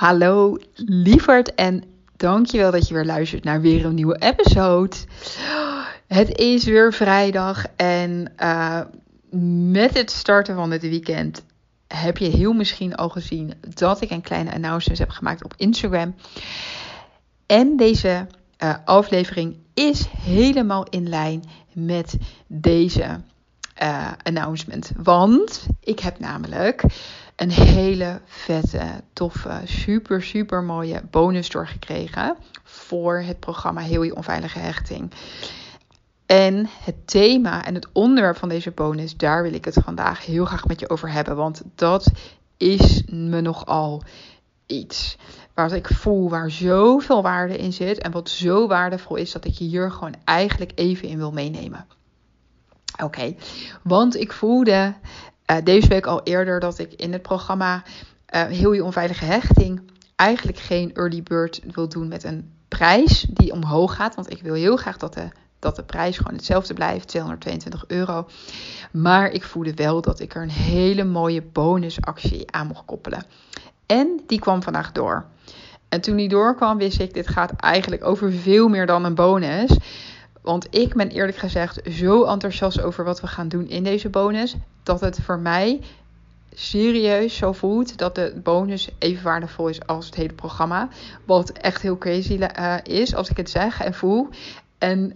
Hallo lieverd en dankjewel dat je weer luistert naar weer een nieuwe episode. Het is weer vrijdag en met het starten van het weekend heb je heel misschien al gezien dat ik een kleine announcement heb gemaakt op Instagram. En deze aflevering is helemaal in lijn met deze announcement. Want ik heb namelijk een hele vette, toffe, super mooie bonus doorgekregen voor het programma Heel je onveilige hechting. En het thema en het onderwerp van deze bonus, daar wil ik het vandaag heel graag met je over hebben. Want dat is me nogal iets waar ik voel waar zoveel waarde in zit. En wat zo waardevol is dat ik je hier gewoon eigenlijk even in wil meenemen. Oké, want ik voelde deze week al eerder dat ik in het programma Heel je onveilige hechting eigenlijk geen early bird wil doen met een prijs die omhoog gaat. Want ik wil heel graag dat de prijs gewoon hetzelfde blijft, €222. Maar ik voelde wel dat ik er een hele mooie bonusactie aan mocht koppelen. En die kwam vandaag door. En toen die doorkwam wist ik, dit gaat eigenlijk over veel meer dan een bonus. Want ik ben eerlijk gezegd zo enthousiast over wat we gaan doen in deze bonus, dat het voor mij serieus zo voelt dat de bonus even waardevol is als het hele programma. Wat echt heel crazy is als ik het zeg en voel. En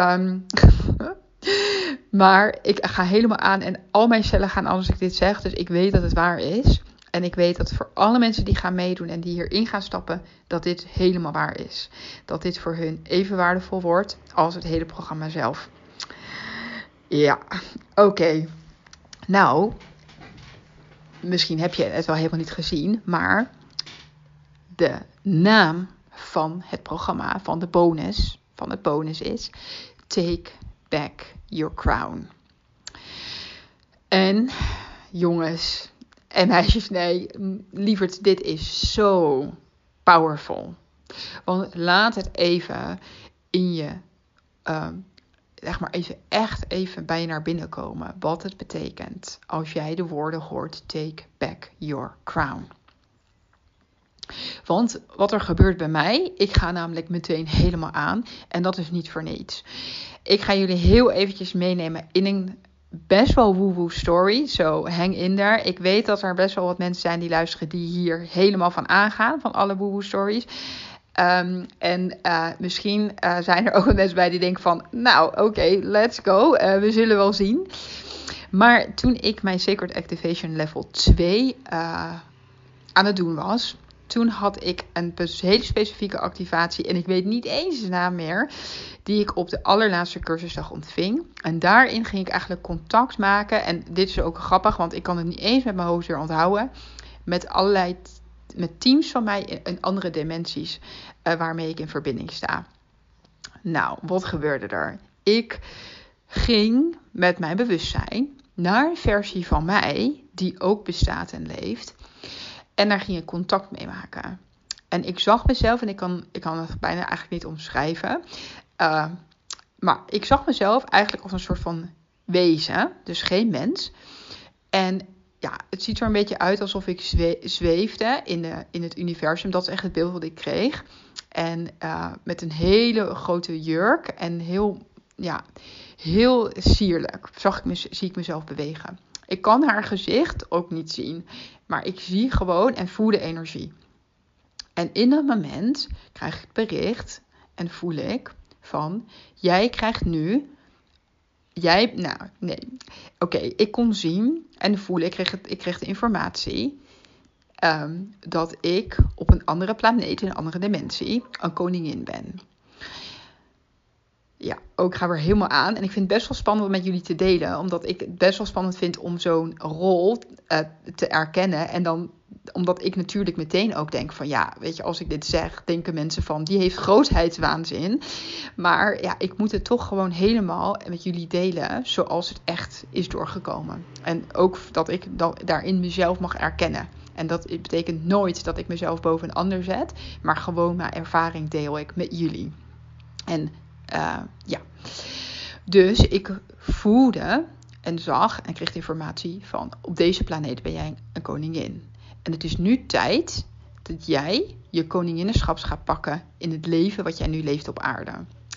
maar ik ga helemaal aan en al mijn cellen gaan als ik dit zeg. Dus ik weet dat het waar is. En ik weet dat voor alle mensen die gaan meedoen en die hierin gaan stappen, dat dit helemaal waar is. Dat dit voor hun even waardevol wordt als het hele programma zelf. Ja, oké. Nou, misschien heb je het wel helemaal niet gezien, maar de naam van het programma, van het bonus is Take Back Your Crown. En jongens en meisjes, nee, lieverd, dit is zo powerful. Want laat het even in je, even bij je naar binnen komen. Wat het betekent als jij de woorden hoort, take back your crown. Want wat er gebeurt bij mij, ik ga namelijk meteen helemaal aan. En dat is niet voor niets. Ik ga jullie heel eventjes meenemen in een best wel woe-woe story. Zo hang in there. Ik weet dat er best wel wat mensen zijn die luisteren die hier helemaal van aangaan. Van alle woe-woe stories. Misschien zijn er ook wat mensen bij die denken van, nou oké, let's go. We zullen wel zien. Maar toen ik mijn Sacred Activation level 2 aan het doen was, toen had ik een hele specifieke activatie. En ik weet niet eens de naam meer. Die ik op de allerlaatste cursusdag ontving. En daarin ging ik eigenlijk contact maken. En dit is ook grappig, want ik kan het niet eens met mijn hoofd weer onthouden. Met teams van mij in andere dimensies. Waarmee ik in verbinding sta. Nou, wat gebeurde er? Ik ging met mijn bewustzijn naar een versie van mij. Die ook bestaat en leeft. En daar ging ik contact mee maken. En ik zag mezelf, en ik kan het bijna eigenlijk niet omschrijven. Maar ik zag mezelf eigenlijk als een soort van wezen. Dus geen mens. En ja, het ziet er een beetje uit alsof ik zweefde in het universum. Dat is echt het beeld wat ik kreeg. En met een hele grote jurk. En heel sierlijk zie ik mezelf bewegen. Ik kan haar gezicht ook niet zien. Maar ik zie gewoon en voel de energie. En in dat moment krijg ik het bericht en voel ik van, jij krijgt nu, ik kon zien en voelen, ik kreeg de informatie dat ik op een andere planeet, in een andere dimensie, een koningin ben. Ja, ook ga weer helemaal aan. En ik vind het best wel spannend om met jullie te delen. Omdat ik het best wel spannend vind om zo'n rol te erkennen. En dan, omdat ik natuurlijk meteen ook denk van, ja, weet je, als ik dit zeg, denken mensen van, die heeft grootheidswaanzin. Maar ja, ik moet het toch gewoon helemaal met jullie delen zoals het echt is doorgekomen. En ook dat ik daarin mezelf mag erkennen. En dat betekent nooit dat ik mezelf boven een ander zet. Maar gewoon mijn ervaring deel ik met jullie. En dus ik voelde en zag en kreeg de informatie van, op deze planeet ben jij een koningin. En het is nu tijd dat jij je koninginnenschap gaat pakken in het leven wat jij nu leeft op aarde.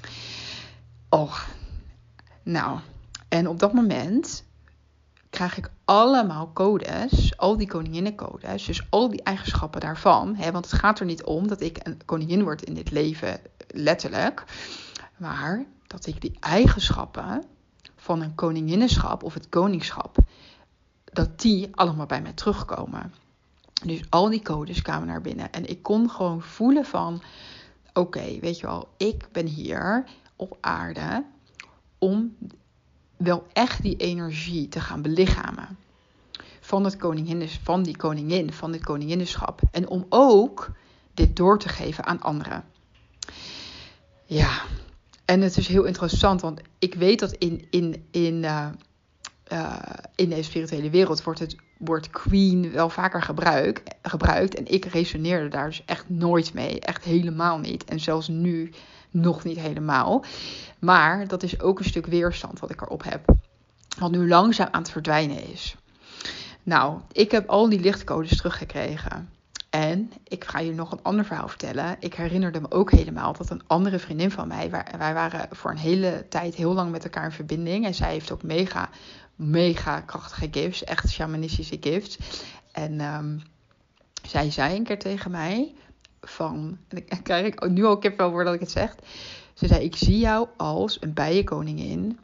Nou, en op dat moment krijg ik allemaal codes, al die koninginnencodes, dus al die eigenschappen daarvan. Want het gaat er niet om dat ik een koningin word in dit leven, letterlijk. Maar dat ik die eigenschappen van een koninginnenschap of het koningschap, dat die allemaal bij mij terugkomen. Dus al die codes kwamen naar binnen. En ik kon gewoon voelen van, oké, weet je wel, ik ben hier op aarde om wel echt die energie te gaan belichamen. Van dit koninginnenschap. En om ook dit door te geven aan anderen. Ja, en het is heel interessant, want ik weet dat in de spirituele wereld wordt het woord queen wel vaker gebruikt. En ik resoneerde daar dus echt nooit mee. Echt helemaal niet. En zelfs nu nog niet helemaal. Maar dat is ook een stuk weerstand wat ik erop heb. Wat nu langzaam aan het verdwijnen is. Nou, ik heb al die lichtcodes teruggekregen. En ik ga je nog een ander verhaal vertellen. Ik herinnerde me ook helemaal dat een andere vriendin van mij, wij waren voor een hele tijd heel lang met elkaar in verbinding. En zij heeft ook mega krachtige gifts, echt shamanistische gifts. En zij zei een keer tegen mij van, en dan krijg ik nu al kipvel voor dat ik het zeg. Ze zei, ik zie jou als een bijenkoningin.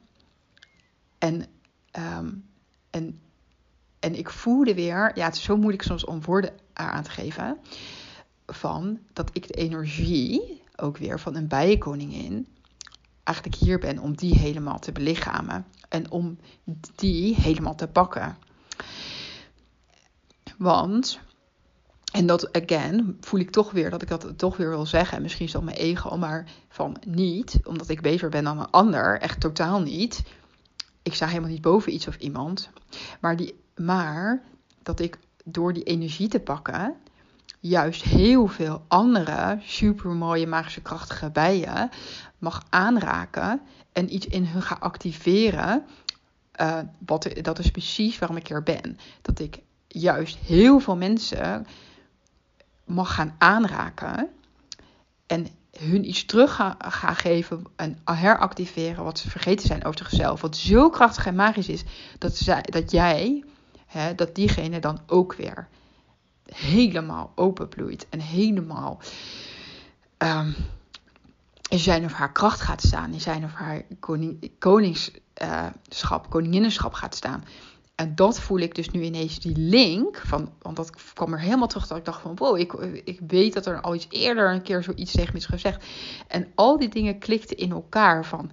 En ik voelde weer, ja, het is zo moeilijk soms om woorden aan te geven, van dat ik de energie ook weer van een bijenkoningin eigenlijk hier ben om die helemaal te belichamen en om die helemaal te pakken. Want, en dat again, voel ik toch weer dat ik dat toch weer wil zeggen. Misschien is dat mijn ego, maar van niet, omdat ik beter ben dan een ander. Echt totaal niet. Ik sta helemaal niet boven iets of iemand. Maar dat ik door die energie te pakken, juist heel veel andere supermooie magische krachtige bijen mag aanraken en iets in hun ga activeren. Dat is precies waarom ik hier ben. Dat ik juist heel veel mensen mag gaan aanraken en hun iets terug gaan geven en heractiveren wat ze vergeten zijn over zichzelf. Wat zo krachtig en magisch is, dat diegene dan ook weer helemaal openbloeit en helemaal in zijn of haar kracht gaat staan, in zijn of haar koninginnenschap gaat staan. En dat voel ik dus nu ineens die link van, want dat kwam er helemaal terug dat ik dacht van, wow, ik weet dat er al iets eerder een keer zoiets tegen me is gezegd. En al die dingen klikten in elkaar van,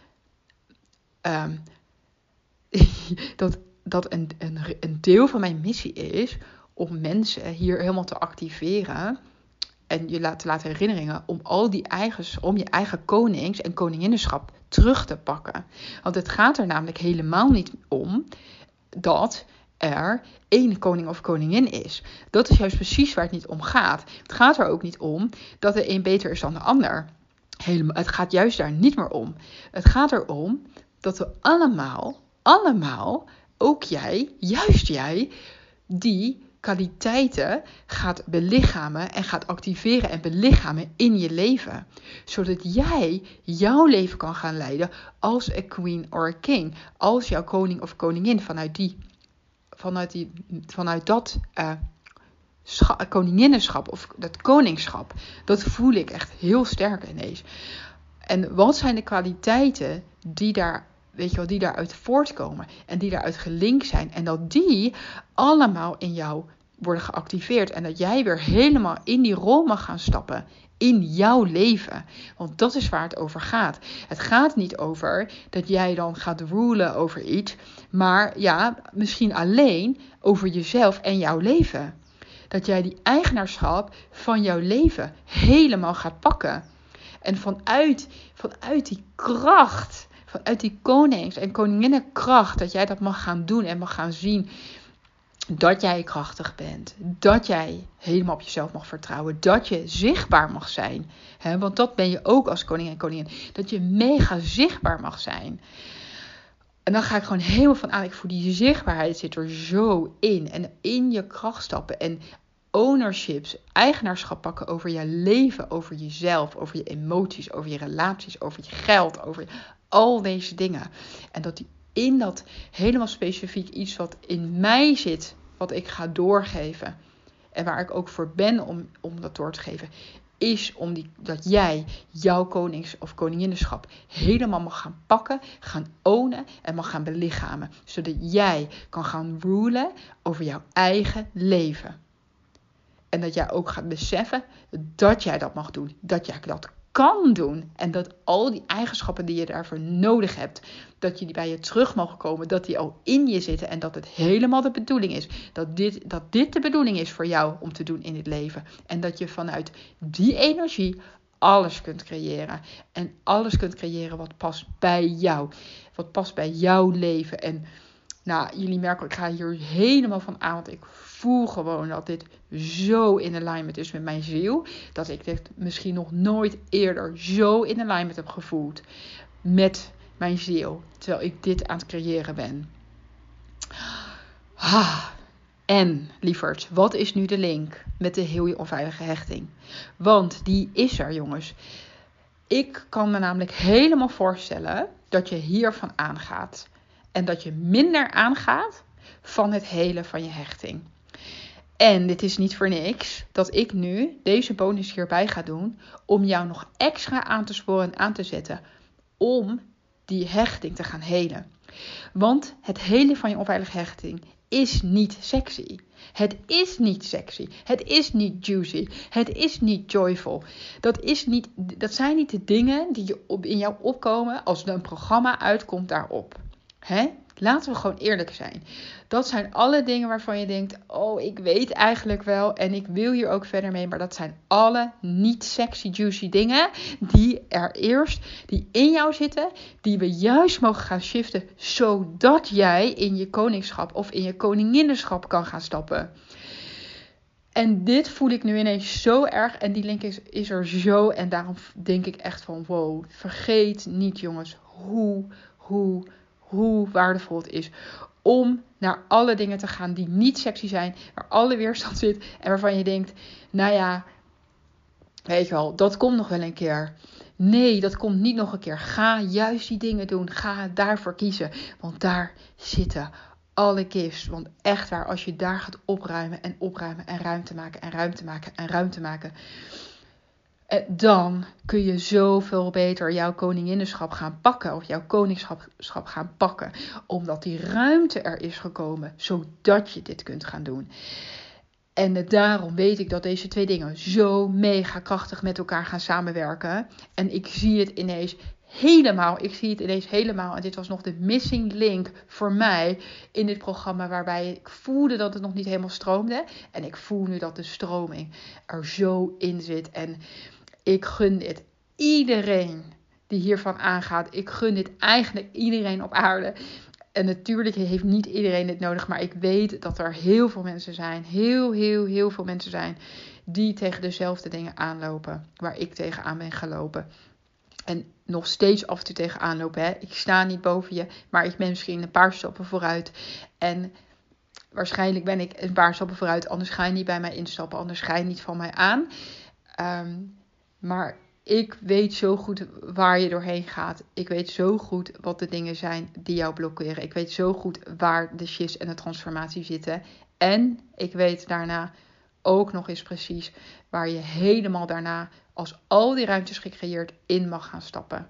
dat een deel van mijn missie is om mensen hier helemaal te activeren en je te laten herinneren om om je eigen konings- en koninginnenschap terug te pakken. Want het gaat er namelijk helemaal niet om dat er één koning of koningin is. Dat is juist precies waar het niet om gaat. Het gaat er ook niet om dat de een beter is dan de ander. Het gaat juist daar niet meer om. Het gaat erom dat we allemaal, ook juist jij, die kwaliteiten gaat belichamen en gaat activeren en belichamen in je leven. Zodat jij jouw leven kan gaan leiden als een queen or a king. Als jouw koning of koningin vanuit dat koninginnenschap of dat koningschap. Dat voel ik echt heel sterk ineens. En wat zijn de kwaliteiten die daaruit voortkomen en die daaruit gelinkt zijn. En dat die allemaal in jou worden geactiveerd. En dat jij weer helemaal in die rol mag gaan stappen in jouw leven. Want dat is waar het over gaat. Het gaat niet over dat jij dan gaat rulen over iets. Maar ja, misschien alleen over jezelf en jouw leven. Dat jij die eigenaarschap van jouw leven helemaal gaat pakken. En vanuit die kracht, vanuit die konings- en koninginnenkracht, dat jij dat mag gaan doen en mag gaan zien dat jij krachtig bent. Dat jij helemaal op jezelf mag vertrouwen. Dat je zichtbaar mag zijn. Want dat ben je ook als koning en koningin. Dat je mega zichtbaar mag zijn. En dan ga ik gewoon helemaal van aan. Ik voel die zichtbaarheid zit er zo in. En in je kracht stappen. En ownerships, eigenaarschap pakken over je leven, over jezelf, over je emoties, over je relaties, over je geld, over al deze dingen. En dat die in dat helemaal specifiek iets wat in mij zit, wat ik ga doorgeven. En waar ik ook voor ben om dat door te geven, is dat jij jouw konings- of koninginnenschap helemaal mag gaan pakken, gaan ownen en mag gaan belichamen. Zodat jij kan gaan rulen over jouw eigen leven. En dat jij ook gaat beseffen dat jij dat mag doen. Dat jij dat kan doen. En dat al die eigenschappen die je daarvoor nodig hebt, dat je die bij je terug mogen komen. Dat die al in je zitten. En dat het helemaal de bedoeling is. Dat dit de bedoeling is voor jou om te doen in het leven. En dat je vanuit die energie alles kunt creëren. En alles kunt creëren wat past bij jou. Wat past bij jouw leven. En nou, jullie merken, ik ga hier helemaal van aan. Want ik voel gewoon dat dit zo in alignment is met mijn ziel. Dat ik dit misschien nog nooit eerder zo in alignment heb gevoeld. Met mijn ziel. Terwijl ik dit aan het creëren ben. En, lieverd, wat is nu de link met de heel je onveilige hechting? Want die is er, jongens. Ik kan me namelijk helemaal voorstellen dat je hiervan aangaat. En dat je minder aangaat van het hele van je hechting. En dit is niet voor niks dat ik nu deze bonus hierbij ga doen. Om jou nog extra aan te sporen en aan te zetten. Om die hechting te gaan helen. Want het helen van je onveilige hechting is niet sexy. Het is niet sexy. Het is niet juicy. Het is niet joyful. Dat zijn niet de dingen die in jou opkomen als er een programma uitkomt daarop. Laten we gewoon eerlijk zijn. Dat zijn alle dingen waarvan je denkt, oh, ik weet eigenlijk wel en ik wil hier ook verder mee. Maar dat zijn alle niet sexy, juicy dingen die in jou zitten, die we juist mogen gaan shiften, zodat jij in je koningschap of in je koninginnenschap kan gaan stappen. En dit voel ik nu ineens zo erg en die link is er zo. En daarom denk ik echt van, wow, vergeet niet, jongens, hoe waardevol het is om naar alle dingen te gaan die niet sexy zijn, waar alle weerstand zit en waarvan je denkt, nou ja, weet je wel, dat komt nog wel een keer. Nee, dat komt niet nog een keer. Ga juist die dingen doen. Ga daarvoor kiezen. Want daar zitten alle gifts. Want echt waar, als je daar gaat opruimen en ruimte maken en ruimte maken en ruimte maken, dan kun je zoveel beter jouw koninginnenschap gaan pakken. Of jouw koningschap gaan pakken. Omdat die ruimte er is gekomen. Zodat je dit kunt gaan doen. En daarom weet ik dat deze twee dingen zo mega krachtig met elkaar gaan samenwerken. En ik zie het ineens helemaal. En dit was nog de missing link voor mij in dit programma. Waarbij ik voelde dat het nog niet helemaal stroomde. En ik voel nu dat de stroming er zo in zit. En ik gun dit iedereen die hiervan aangaat. Ik gun dit eigenlijk iedereen op aarde. En natuurlijk heeft niet iedereen dit nodig. Maar ik weet dat er heel veel mensen zijn. Heel veel mensen zijn. Die tegen dezelfde dingen aanlopen. Waar ik tegenaan ben gelopen. En nog steeds af en toe tegenaan lopen. Ik sta niet boven je. Maar ik ben misschien een paar stappen vooruit. En waarschijnlijk ben ik een paar stappen vooruit. Anders ga je niet bij mij instappen. Anders ga je niet van mij aan. Maar ik weet zo goed waar je doorheen gaat. Ik weet zo goed wat de dingen zijn die jou blokkeren. Ik weet zo goed waar de shifts en de transformatie zitten. En ik weet daarna ook nog eens precies waar je helemaal daarna, als al die ruimtes gecreëerd, in mag gaan stappen.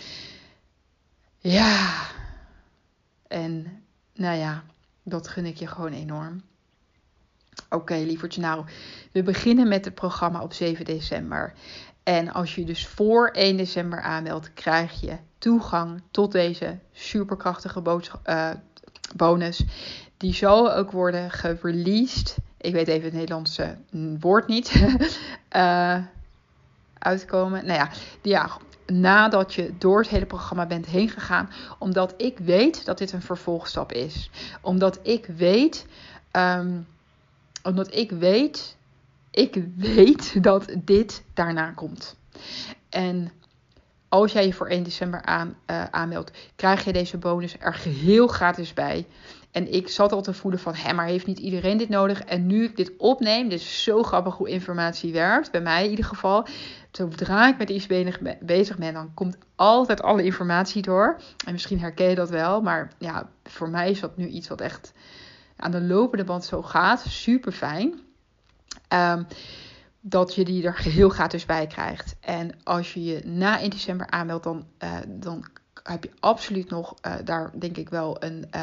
Ja. En nou ja, dat gun ik je gewoon enorm. Oké, lievertje, nou, we beginnen met het programma op 7 december. En als je dus voor 1 december aanmeldt, krijg je toegang tot deze superkrachtige bonus. Die zal ook worden gereleased. Ik weet even het Nederlandse woord niet. Uitkomen. Nou ja, nadat je door het hele programma bent heen gegaan. Omdat ik weet dat dit een vervolgstap is. Omdat ik weet dat dit daarna komt. En als jij je voor 1 december aanmeldt, krijg je deze bonus er geheel gratis bij. En ik zat al te voelen van, maar heeft niet iedereen dit nodig? En nu ik dit opneem, dit is zo grappig hoe informatie werkt. Bij mij in ieder geval. Zodra ik met iets bezig ben, dan komt altijd alle informatie door. En misschien herken je dat wel. Maar ja, voor mij is dat nu iets wat echt aan de lopende band zo gaat. Super fijn. Dat je die er geheel gratis bij krijgt. En als je je na 1 december aanmeldt, dan heb je absoluut nog, daar denk ik wel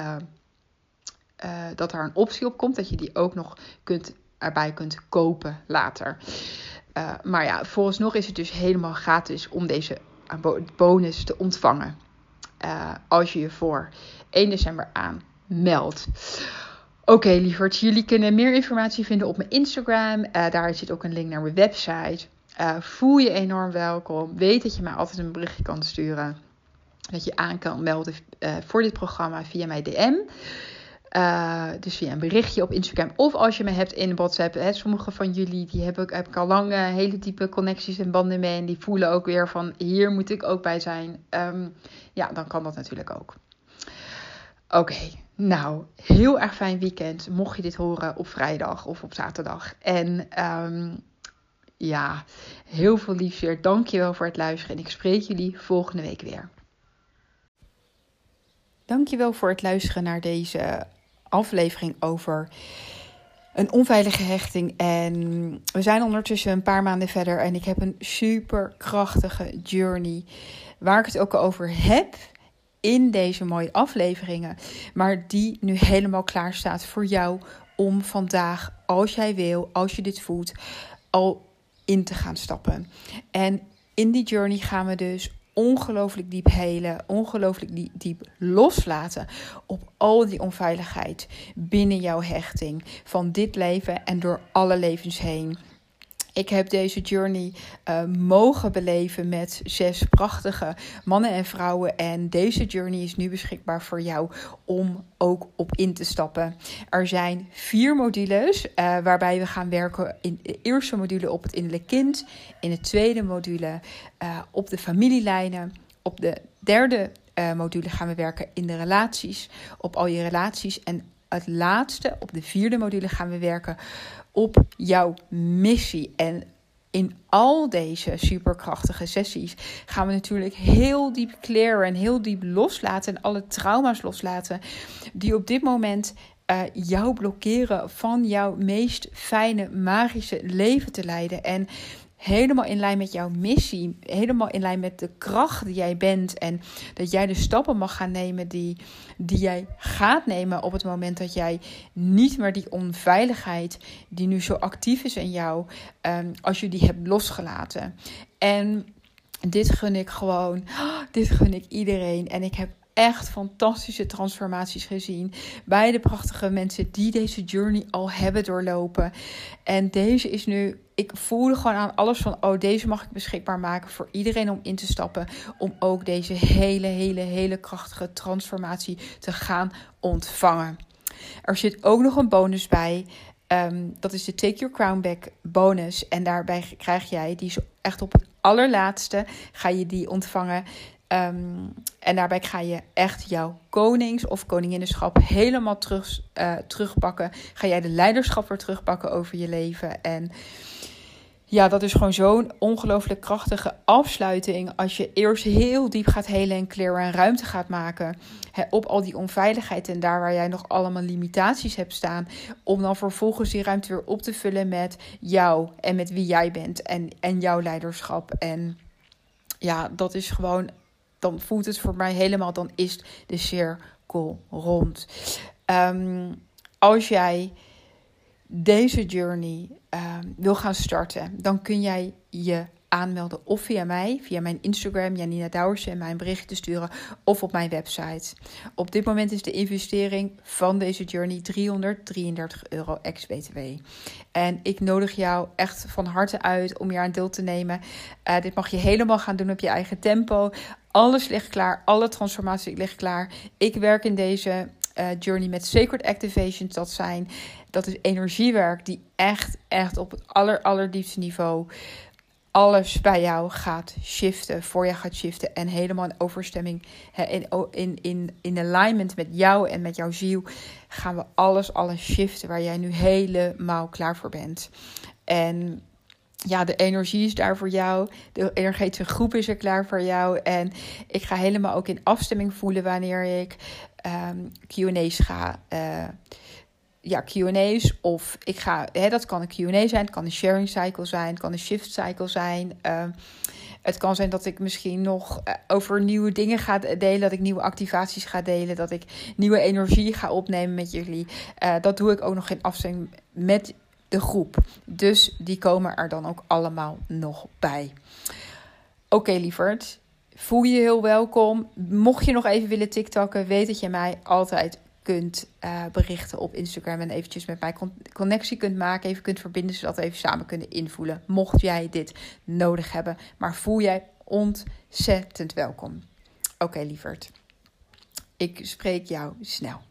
dat daar een optie op komt. Dat je die ook nog erbij kunt kopen later. Maar ja, vooralsnog is het dus helemaal gratis om deze bonus te ontvangen. Als je je voor 1 december aanmeldt. Oké, lieverds, jullie kunnen meer informatie vinden op mijn Instagram. Daar zit ook een link naar mijn website. Voel je enorm welkom. Weet dat je mij altijd een berichtje kan sturen. Dat je aan kan melden voor dit programma via mijn DM. Dus via een berichtje op Instagram. Of als je me hebt in WhatsApp. Sommige van jullie die heb ik al lang hele diepe connecties en banden mee. En die voelen ook weer van, hier moet ik ook bij zijn. Ja, dan kan dat natuurlijk ook. Oké, nou, heel erg fijn weekend. Mocht je dit horen op vrijdag of op zaterdag. En ja, heel veel liefs weer. Dankjewel voor het luisteren. En ik spreek jullie volgende week weer. Dankjewel voor het luisteren naar deze aflevering over een onveilige hechting. En we zijn ondertussen een paar maanden verder. En ik heb een super krachtige journey. Waar ik het ook over heb in deze mooie afleveringen. Maar die nu helemaal klaar staat voor jou om vandaag, als jij wil, als je dit voelt, al in te gaan stappen. En in die journey gaan we dus ongelooflijk diep helen, ongelooflijk diep loslaten op al die onveiligheid binnen jouw hechting van dit leven en door alle levens heen. Ik heb deze journey mogen beleven met 6 prachtige mannen en vrouwen. En deze journey is nu beschikbaar voor jou om ook op in te stappen. Er zijn 4 modules waarbij we gaan werken in de eerste module op het innerlijk kind. In de tweede module op de familielijnen. Op de derde module gaan we werken in de relaties. Op al je relaties. En het laatste, op de 4e module gaan we werken op jouw missie. En in al deze superkrachtige sessies gaan we natuurlijk heel diep clearen en heel diep loslaten en alle trauma's loslaten die op dit moment jou blokkeren van jouw meest fijne, magische leven te leiden. En helemaal in lijn met jouw missie, helemaal in lijn met de kracht die jij bent en dat jij de stappen mag gaan nemen die jij gaat nemen op het moment dat jij niet meer die onveiligheid die nu zo actief is in jou, als je die hebt losgelaten. En dit gun ik gewoon, dit gun ik iedereen. En ik heb echt fantastische transformaties gezien bij de prachtige mensen die deze journey al hebben doorlopen. En deze is nu, ik voelde gewoon aan alles van, deze mag ik beschikbaar maken voor iedereen om in te stappen. Om ook deze hele krachtige transformatie te gaan ontvangen. Er zit ook nog een bonus bij. Dat is de Take Your Crown Back bonus. En daarbij krijg jij, die is echt op het allerlaatste, ga je die ontvangen. En daarbij ga je echt jouw konings- of koninginnenschap helemaal terugpakken. Ga jij de leiderschap weer terugpakken over je leven. En ja, dat is gewoon zo'n ongelooflijk krachtige afsluiting. Als je eerst heel diep gaat helen en clearen en ruimte gaat maken op al die onveiligheid. En daar waar jij nog allemaal limitaties hebt staan. Om dan vervolgens die ruimte weer op te vullen met jou en met wie jij bent. En jouw leiderschap. En ja, dat is gewoon, dan voelt het voor mij helemaal, dan is de cirkel rond. Als jij deze journey wil gaan starten, dan kun jij je aanmelden of via mij, via mijn Instagram, Janina Douwersen, en mij een berichtje te sturen, of op mijn website. Op dit moment is de investering van deze journey €333 ex-BTW. En ik nodig jou echt van harte uit om hier aan deel te nemen. Dit mag je helemaal gaan doen op je eigen tempo. Alles ligt klaar, alle transformatie ligt klaar. Ik werk in deze journey met Sacred Activations. Dat is energiewerk die echt op het allerdiepste niveau alles bij jou gaat shiften, voor je gaat shiften en helemaal in overstemming, in alignment met jou en met jouw ziel, gaan we alles shiften waar jij nu helemaal klaar voor bent. En ja, de energie is daar voor jou. De energetische groep is er klaar voor jou. En ik ga helemaal ook in afstemming voelen wanneer ik Q&A's ga. Q&A's of ik ga, dat kan een Q&A zijn, het kan een sharing cycle zijn, het kan een shift cycle zijn. Het kan zijn dat ik misschien nog over nieuwe dingen ga delen, dat ik nieuwe activaties ga delen, dat ik nieuwe energie ga opnemen met jullie. Dat doe ik ook nog in afstemming met de groep. Dus die komen er dan ook allemaal nog bij. Oké, lieverd. Voel je heel welkom. Mocht je nog even willen TikTokken, weet dat je mij altijd kunt berichten op Instagram en eventjes met mij connectie kunt maken, even kunt verbinden, zodat we even samen kunnen invoelen. Mocht jij dit nodig hebben, maar voel jij ontzettend welkom. Oké, lieverd. Ik spreek jou snel.